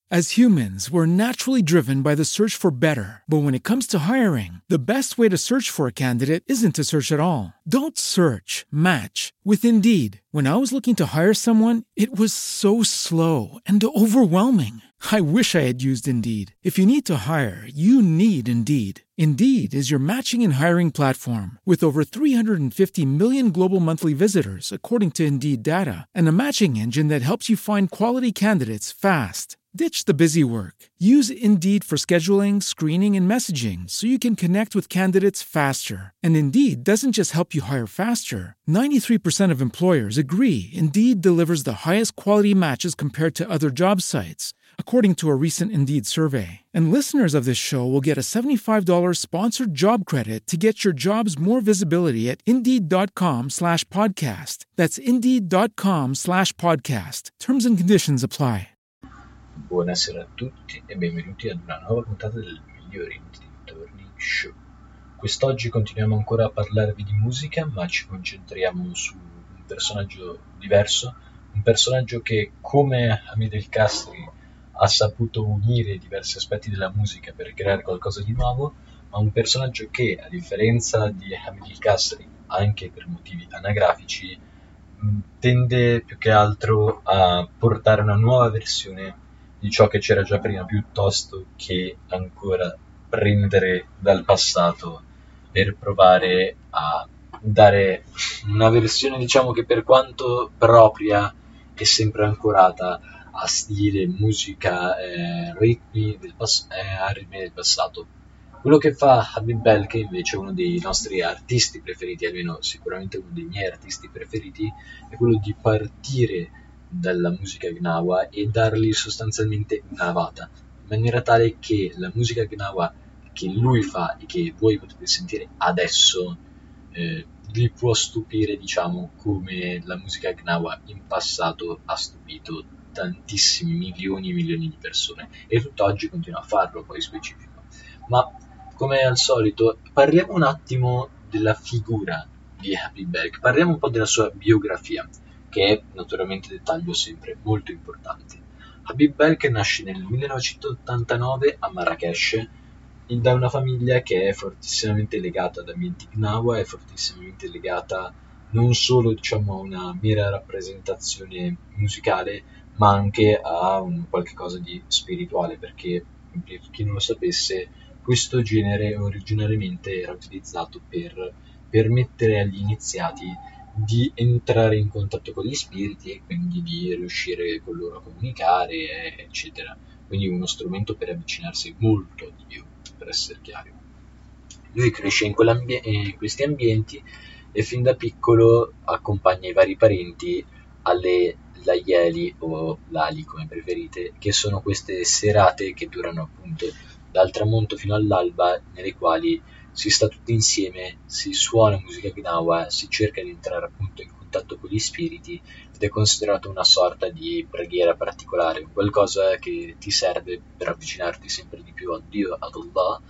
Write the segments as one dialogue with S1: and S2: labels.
S1: As humans, we're naturally driven by the search for better. But when it comes to hiring, the best way to search for a candidate isn't to search at all. Don't search, match with Indeed. When I was looking to hire someone, it was so slow and overwhelming. I wish I had used Indeed. If you need to hire, you need Indeed. Indeed is your matching and hiring platform with over 350 million global monthly visitors, according to Indeed data, and a matching engine that helps you find quality candidates fast. Ditch the busy work. Use Indeed for scheduling, screening, and messaging so you can connect with candidates faster. And Indeed doesn't just help you hire faster. 93% of employers agree Indeed delivers the highest quality matches compared to other job sites, according to a recent Indeed survey. And listeners of this show will get a $75 sponsored job credit to get your jobs more visibility at Indeed.com/podcast. That's Indeed.com/podcast. Terms and conditions apply.
S2: Buonasera a tutti e benvenuti ad una nuova puntata del Migliori Dintorni Show. Quest'oggi continuiamo ancora a parlarvi di musica, ma ci concentriamo su un personaggio diverso, un personaggio che, come Hamid El Castri, ha saputo unire diversi aspetti della musica per creare qualcosa di nuovo, ma un personaggio che, a differenza di Hamid El Castri, anche per motivi anagrafici, tende più che altro a portare una nuova versione di ciò che c'era già prima, piuttosto che ancora prendere dal passato per provare a dare una versione, diciamo, che per quanto propria è sempre ancorata a stile, musica, ritmi del passato. Quello che fa Habib Bel, che invece è uno dei nostri artisti preferiti, almeno sicuramente uno dei miei artisti preferiti, è quello di partire dalla musica Gnawa e dargli sostanzialmente una navata, in maniera tale che la musica Gnawa che lui fa e che voi potete sentire adesso vi può stupire, diciamo, come la musica Gnawa in passato ha stupito tantissimi milioni di persone, e tutt'oggi continua a farlo, poi specifico. Ma come al solito parliamo un attimo della figura di Habib Bel, parliamo un po' della sua biografia, che è naturalmente dettaglio sempre molto importante. Habib Bel, che nasce nel 1989 a Marrakech da una famiglia che è fortissimamente legata ad ambienti Gnawa, è fortissimamente legata non solo, diciamo, a una mera rappresentazione musicale, ma anche a un qualche cosa di spirituale, perché per chi non lo sapesse, questo genere originariamente era utilizzato per permettere agli iniziati di entrare in contatto con gli spiriti e quindi di riuscire con loro a comunicare, eccetera. Quindi uno strumento per avvicinarsi molto a Dio, per essere chiari. Lui cresce in questi ambienti e fin da piccolo accompagna i vari parenti alle Layeli o Lali, come preferite, che sono queste serate che durano appunto dal tramonto fino all'alba, nelle quali si sta tutti insieme, si suona musica Gnawa, si cerca di entrare appunto in contatto con gli spiriti, ed è considerato una sorta di preghiera particolare, qualcosa che ti serve per avvicinarti sempre di più a Dio, ad Allah,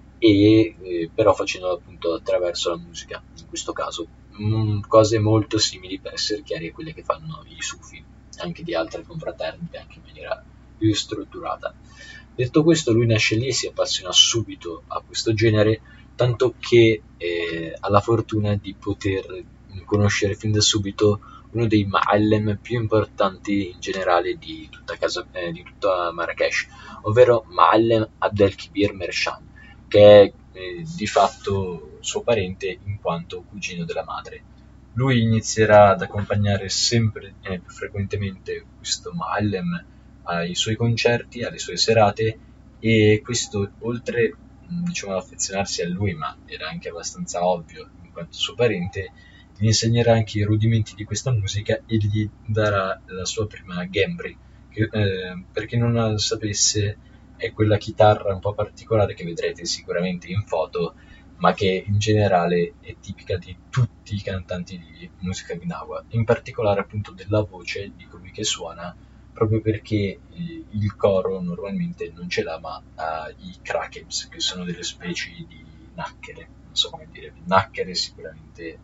S2: e però facendolo appunto attraverso la musica, in questo caso. Cose molto simili, per essere chiari, a quelle che fanno i Sufi, anche di altre confraternite, anche in maniera più strutturata. Detto questo, lui nasce lì e si appassiona subito a questo genere, tanto che ha la fortuna di poter conoscere fin da subito uno dei ma'allem più importanti in generale di tutta Marrakech, ovvero Ma'allem Abdelkibir Mershan, che è di fatto suo parente in quanto cugino della madre. Lui inizierà ad accompagnare sempre più frequentemente questo Ma'allem ai suoi concerti, alle sue serate, e questo, oltre, diciamo, ad affezionarsi a lui, ma era anche abbastanza ovvio in quanto suo parente, gli insegnerà anche i rudimenti di questa musica e gli darà la sua prima gembri, che per chi non lo sapesse è quella chitarra un po' particolare che vedrete sicuramente in foto, ma che in generale è tipica di tutti i cantanti di musica Gnawa, in particolare appunto della voce di colui che suona, proprio perché il coro normalmente non ce l'ha, ma ha i krakebs, che sono delle specie di nacchere, non so come dire, nacchere sicuramente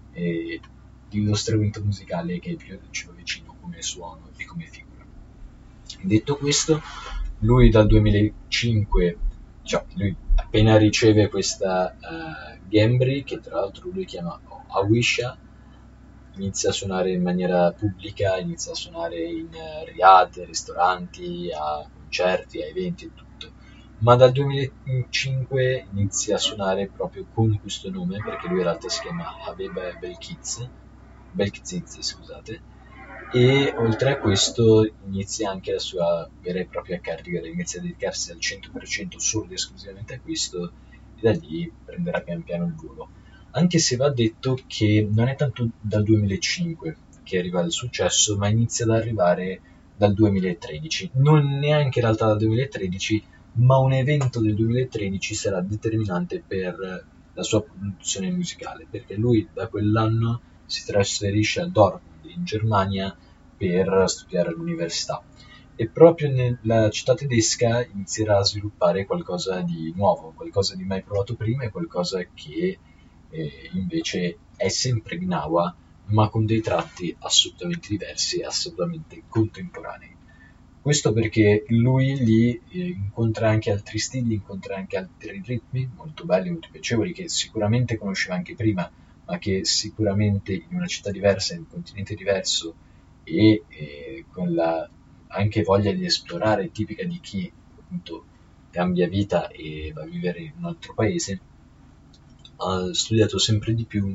S2: di uno strumento musicale che è più vicino come suono e come figura. Detto questo, lui dal 2005, cioè lui appena riceve questa Gambry, che tra l'altro lui chiama Awisha, inizia a suonare in maniera pubblica, inizia a suonare in Riyadh, ristoranti, a concerti, a eventi e tutto. Ma dal 2005 inizia a suonare proprio con questo nome, perché lui in realtà si chiama Habib Belkiziz, scusate, e oltre a questo inizia anche la sua vera e propria carriera, inizia a dedicarsi al 100% solo ed esclusivamente a questo, e da lì prenderà pian piano il volo. Anche se va detto che non è tanto dal 2005 che arriva il successo, ma inizia ad arrivare dal 2013. Non neanche in realtà dal 2013, ma un evento del 2013 sarà determinante per la sua produzione musicale, perché lui da quell'anno si trasferisce a Dortmund in Germania per studiare all'università e proprio nella città tedesca inizierà a sviluppare qualcosa di nuovo, qualcosa di mai provato prima e qualcosa che invece è sempre Gnawa, ma con dei tratti assolutamente diversi e assolutamente contemporanei. Questo perché lui lì incontra anche altri stili, incontra anche altri ritmi molto belli, molto piacevoli, che sicuramente conosceva anche prima, ma che sicuramente in una città diversa, in un continente diverso e con la anche voglia di esplorare tipica di chi appunto cambia vita e va a vivere in un altro paese, ha studiato sempre di più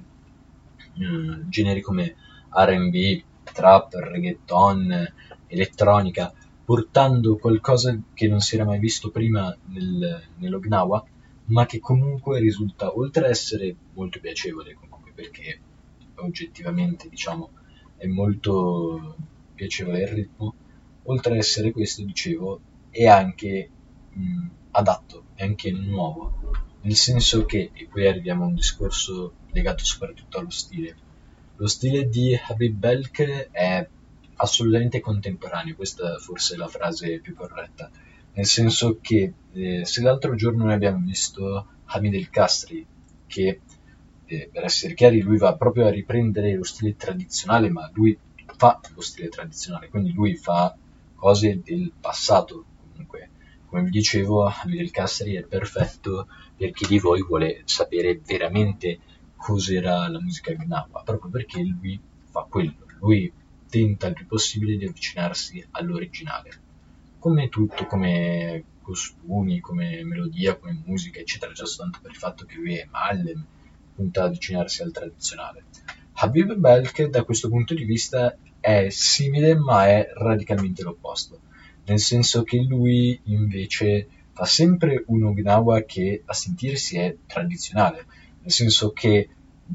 S2: generi come R&B, trap, reggaeton, elettronica, portando qualcosa che non si era mai visto prima nello Gnawa, ma che comunque risulta, oltre ad essere molto piacevole, comunque perché oggettivamente diciamo è molto piacevole il ritmo, oltre ad essere questo, dicevo, è anche adatto, è anche nuovo, nel senso che, e qui arriviamo a un discorso legato soprattutto allo stile, lo stile di Habib Belk è assolutamente contemporaneo, questa forse è la frase più corretta, nel senso che se l'altro giorno noi abbiamo visto Hamid El Kastri, che per essere chiari lui va proprio a riprendere lo stile tradizionale, ma lui fa lo stile tradizionale, quindi lui fa cose del passato comunque. Come vi dicevo, Hamid El Kastri è perfetto per chi di voi vuole sapere veramente cos'era la musica Gnawa, proprio perché lui fa quello, lui tenta il più possibile di avvicinarsi all'originale, come tutto, come costumi, come melodia, come musica, eccetera, già soltanto per il fatto che lui è Mallem, punta ad avvicinarsi al tradizionale. Habib Belk da questo punto di vista è simile ma è radicalmente l'opposto, nel senso che lui invece fa sempre uno Gnawa che a sentirsi è tradizionale, nel senso che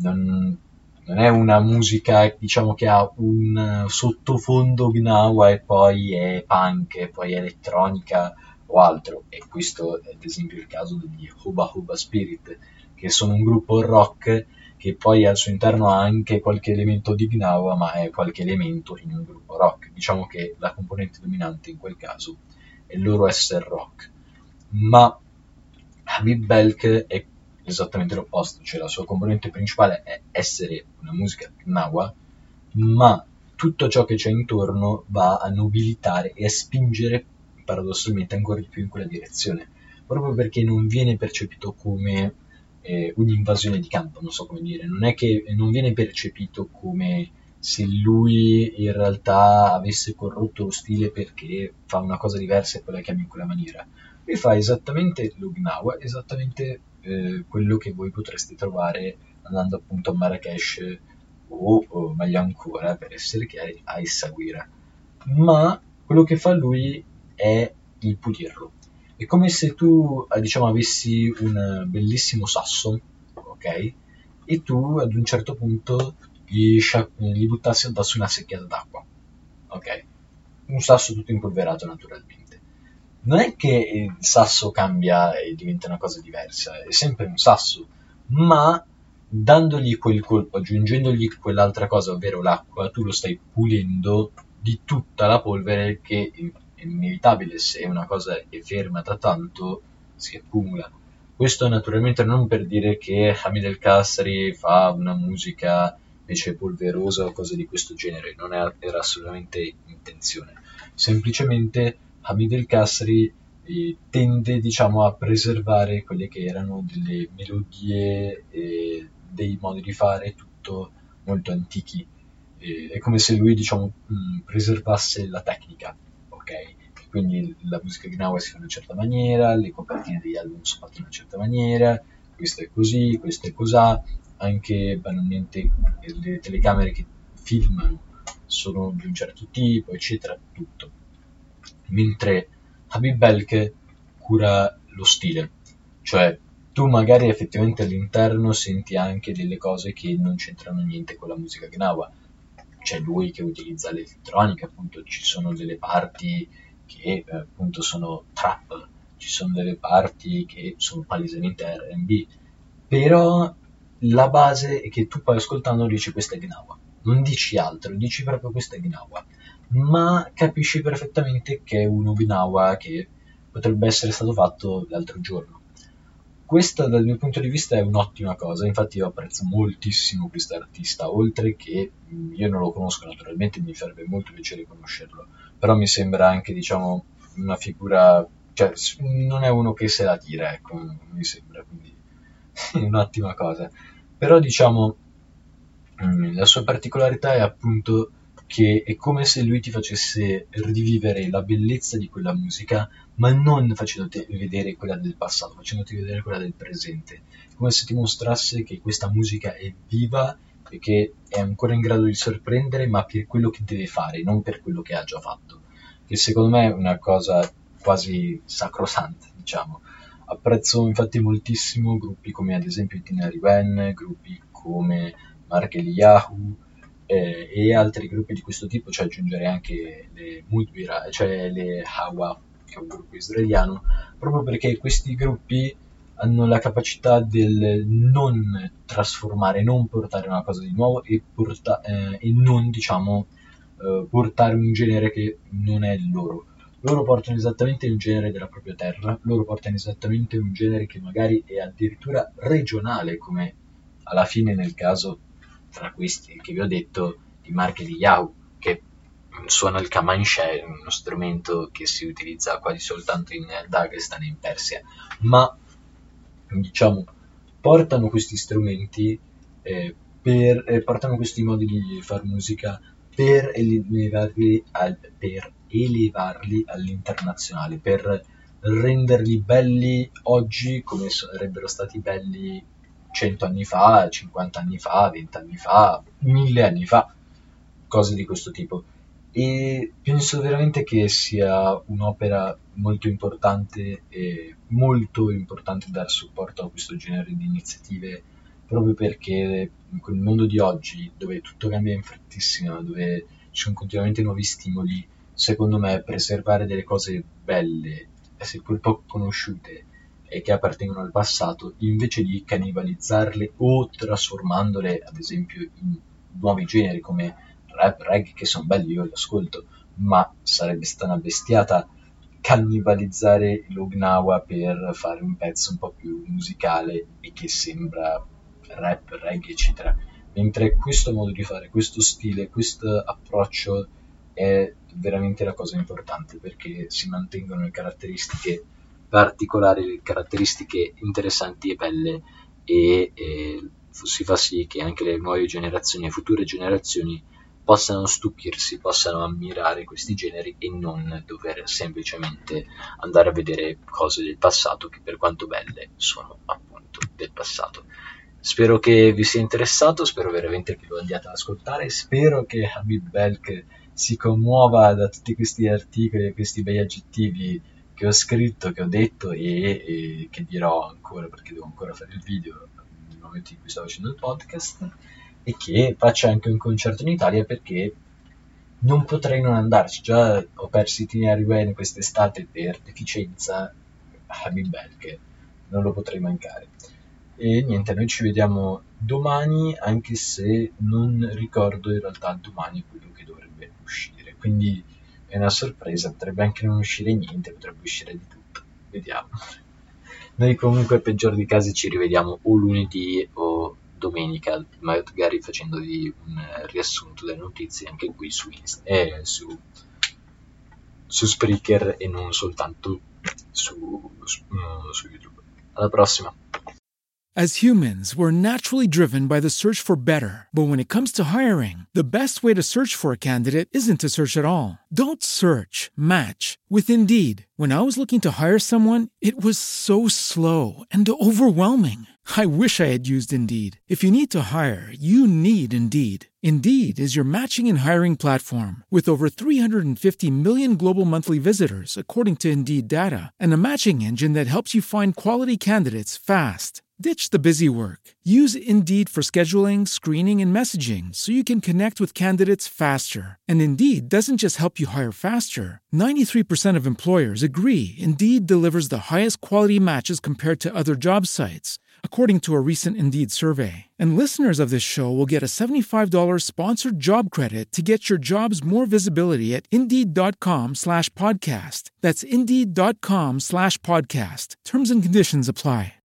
S2: non è una musica diciamo che ha un sottofondo Gnawa e poi è punk e poi è elettronica o altro, e questo è ad esempio il caso degli Hoba Hoba Spirit, che sono un gruppo rock che poi al suo interno ha anche qualche elemento di Gnawa, ma è qualche elemento in un gruppo rock. Diciamo che la componente dominante in quel caso è il loro essere rock. Ma Habib Belk è esattamente l'opposto, cioè la sua componente principale è essere una musica Gnawa, ma tutto ciò che c'è intorno va a nobilitare e a spingere paradossalmente ancora di più in quella direzione, proprio perché non viene percepito come un'invasione di campo, non so come dire, non è che non viene percepito come se lui in realtà avesse corrotto lo stile perché fa una cosa diversa e poi la chiama in quella maniera. Lui fa esattamente lo Gnawa, esattamente quello che voi potreste trovare andando appunto a Marrakesh o meglio ancora, per essere chiari, a Essaouira. Ma quello che fa lui è il pulirlo. È come se tu, diciamo, avessi un bellissimo sasso, ok? E tu ad un certo punto gli buttassi addosso una secchiata d'acqua, ok? Un sasso tutto impolverato naturalmente. Non è che il sasso cambia e diventa una cosa diversa, è sempre un sasso, ma dandogli quel colpo, aggiungendogli quell'altra cosa, ovvero l'acqua, tu lo stai pulendo di tutta la polvere che è inevitabile, se una cosa è ferma da tanto si accumula. Questo naturalmente non per dire che Hamid El Kasri fa una musica invece polverosa o cose di questo genere, non era assolutamente intenzione. Semplicemente Hamid El Kasri tende, diciamo, a preservare quelle che erano delle melodie e dei modi di fare tutto molto antichi. È come se lui, diciamo, preservasse la tecnica, ok? Quindi la musica Gnawa si fa in una certa maniera, le copertine degli album sono fatte in una certa maniera, questo è così, questo è cosà, anche banalmente le telecamere che filmano sono di un certo tipo, eccetera, tutto. Mentre Habib Belke cura lo stile, cioè tu magari effettivamente all'interno senti anche delle cose che non c'entrano niente con la musica Gnawa. C'è lui che utilizza l'elettronica, appunto ci sono delle parti che appunto sono trap, ci sono delle parti che sono palesemente R&B, però la base è che tu poi ascoltando dici questa è Gnawa, non dici altro, dici proprio questa è Gnawa, ma capisci perfettamente che è uno Gnawa che potrebbe essere stato fatto l'altro giorno. Questa dal mio punto di vista è un'ottima cosa, infatti io apprezzo moltissimo questo artista, oltre che io non lo conosco naturalmente, mi farebbe molto piacere conoscerlo, però mi sembra anche, diciamo, una figura, cioè non è uno che se la tira, ecco, mi sembra, quindi è un'ottima cosa. Però diciamo, la sua particolarità è appunto che è come se lui ti facesse rivivere la bellezza di quella musica, ma non facendoti vedere quella del passato, facendoti vedere quella del presente, come se ti mostrasse che questa musica è viva e che è ancora in grado di sorprendere, ma per quello che deve fare, non per quello che ha già fatto, che secondo me è una cosa quasi sacrosanta, diciamo. Apprezzo infatti moltissimo gruppi come ad esempio i Tina Riven, gruppi come Mark Eliyahu e altri gruppi di questo tipo, cioè aggiungerei anche le Mudbira, cioè le Hawa, che è un gruppo israeliano, proprio perché questi gruppi hanno la capacità del non trasformare, non portare una cosa di nuovo e non, diciamo, portare un genere che non è il loro. Loro portano esattamente il genere della propria terra, loro portano esattamente un genere che magari è addirittura regionale, come alla fine nel caso tra questi che vi ho detto di Mark e di Yahoo, che suona il Kamansheh, uno strumento che si utilizza quasi soltanto in Dagestan e in Persia, ma diciamo portano questi strumenti portano questi modi di fare musica per elevarli all'internazionale, per renderli belli oggi come sarebbero stati belli 100 anni fa, 50 anni fa, 20 anni fa, 1000 anni fa, cose di questo tipo. E penso veramente che sia un'opera molto importante e molto importante dare supporto a questo genere di iniziative, proprio perché in quel mondo di oggi, dove tutto cambia in frettissima, dove ci sono continuamente nuovi stimoli, secondo me preservare delle cose belle, seppur poco conosciute, e che appartengono al passato, invece di cannibalizzarle o trasformandole, ad esempio, in nuovi generi come rap, reggae, che sono belli, io li ascolto, ma sarebbe stata una bestiata cannibalizzare lo Gnawa per fare un pezzo un po' più musicale e che sembra rap, reggae, eccetera. Mentre questo modo di fare, questo stile, questo approccio è veramente la cosa importante, perché si mantengono le caratteristiche particolari, le caratteristiche interessanti e belle e si fa sì che anche le nuove generazioni e future generazioni possano stupirsi, possano ammirare questi generi e non dover semplicemente andare a vedere cose del passato che, per quanto belle, sono appunto del passato. Spero che vi sia interessato, spero veramente che lo andiate ad ascoltare, spero che Habib Belk si commuova da tutti questi articoli e questi bei aggettivi che ho scritto, che ho detto e che dirò ancora, perché devo ancora fare il video nel momento in cui sto facendo il podcast, e che faccia anche un concerto in Italia, perché non potrei non andarci. Già ho perso i itinerari bene quest'estate per deficienza, Habib Belk non lo potrei mancare. E niente, noi ci vediamo domani, anche se non ricordo in realtà domani quello che dovrebbe uscire, quindi è una sorpresa, potrebbe anche non uscire niente, potrebbe uscire di tutto, vediamo. Noi comunque, peggior di casi, ci rivediamo o lunedì o domenica, magari facendovi un riassunto delle notizie anche qui su Spreaker e non soltanto su YouTube. Alla prossima.
S1: As humans, we're naturally driven by the search for better. But when it comes to hiring, the best way to search for a candidate isn't to search at all. Don't search, match with Indeed. When I was looking to hire someone, it was so slow and overwhelming. I wish I had used Indeed. If you need to hire, you need Indeed. Indeed is your matching and hiring platform with over 350 million global monthly visitors, according to Indeed data, and a matching engine that helps you find quality candidates fast. Ditch the busy work. Use Indeed for scheduling, screening, and messaging so you can connect with candidates faster. And Indeed doesn't just help you hire faster. 93% of employers agree Indeed delivers the highest quality matches compared to other job sites, according to a recent Indeed survey. And listeners of this show will get a $75 sponsored job credit to get your jobs more visibility at Indeed.com/podcast. That's Indeed.com/podcast. Terms and conditions apply.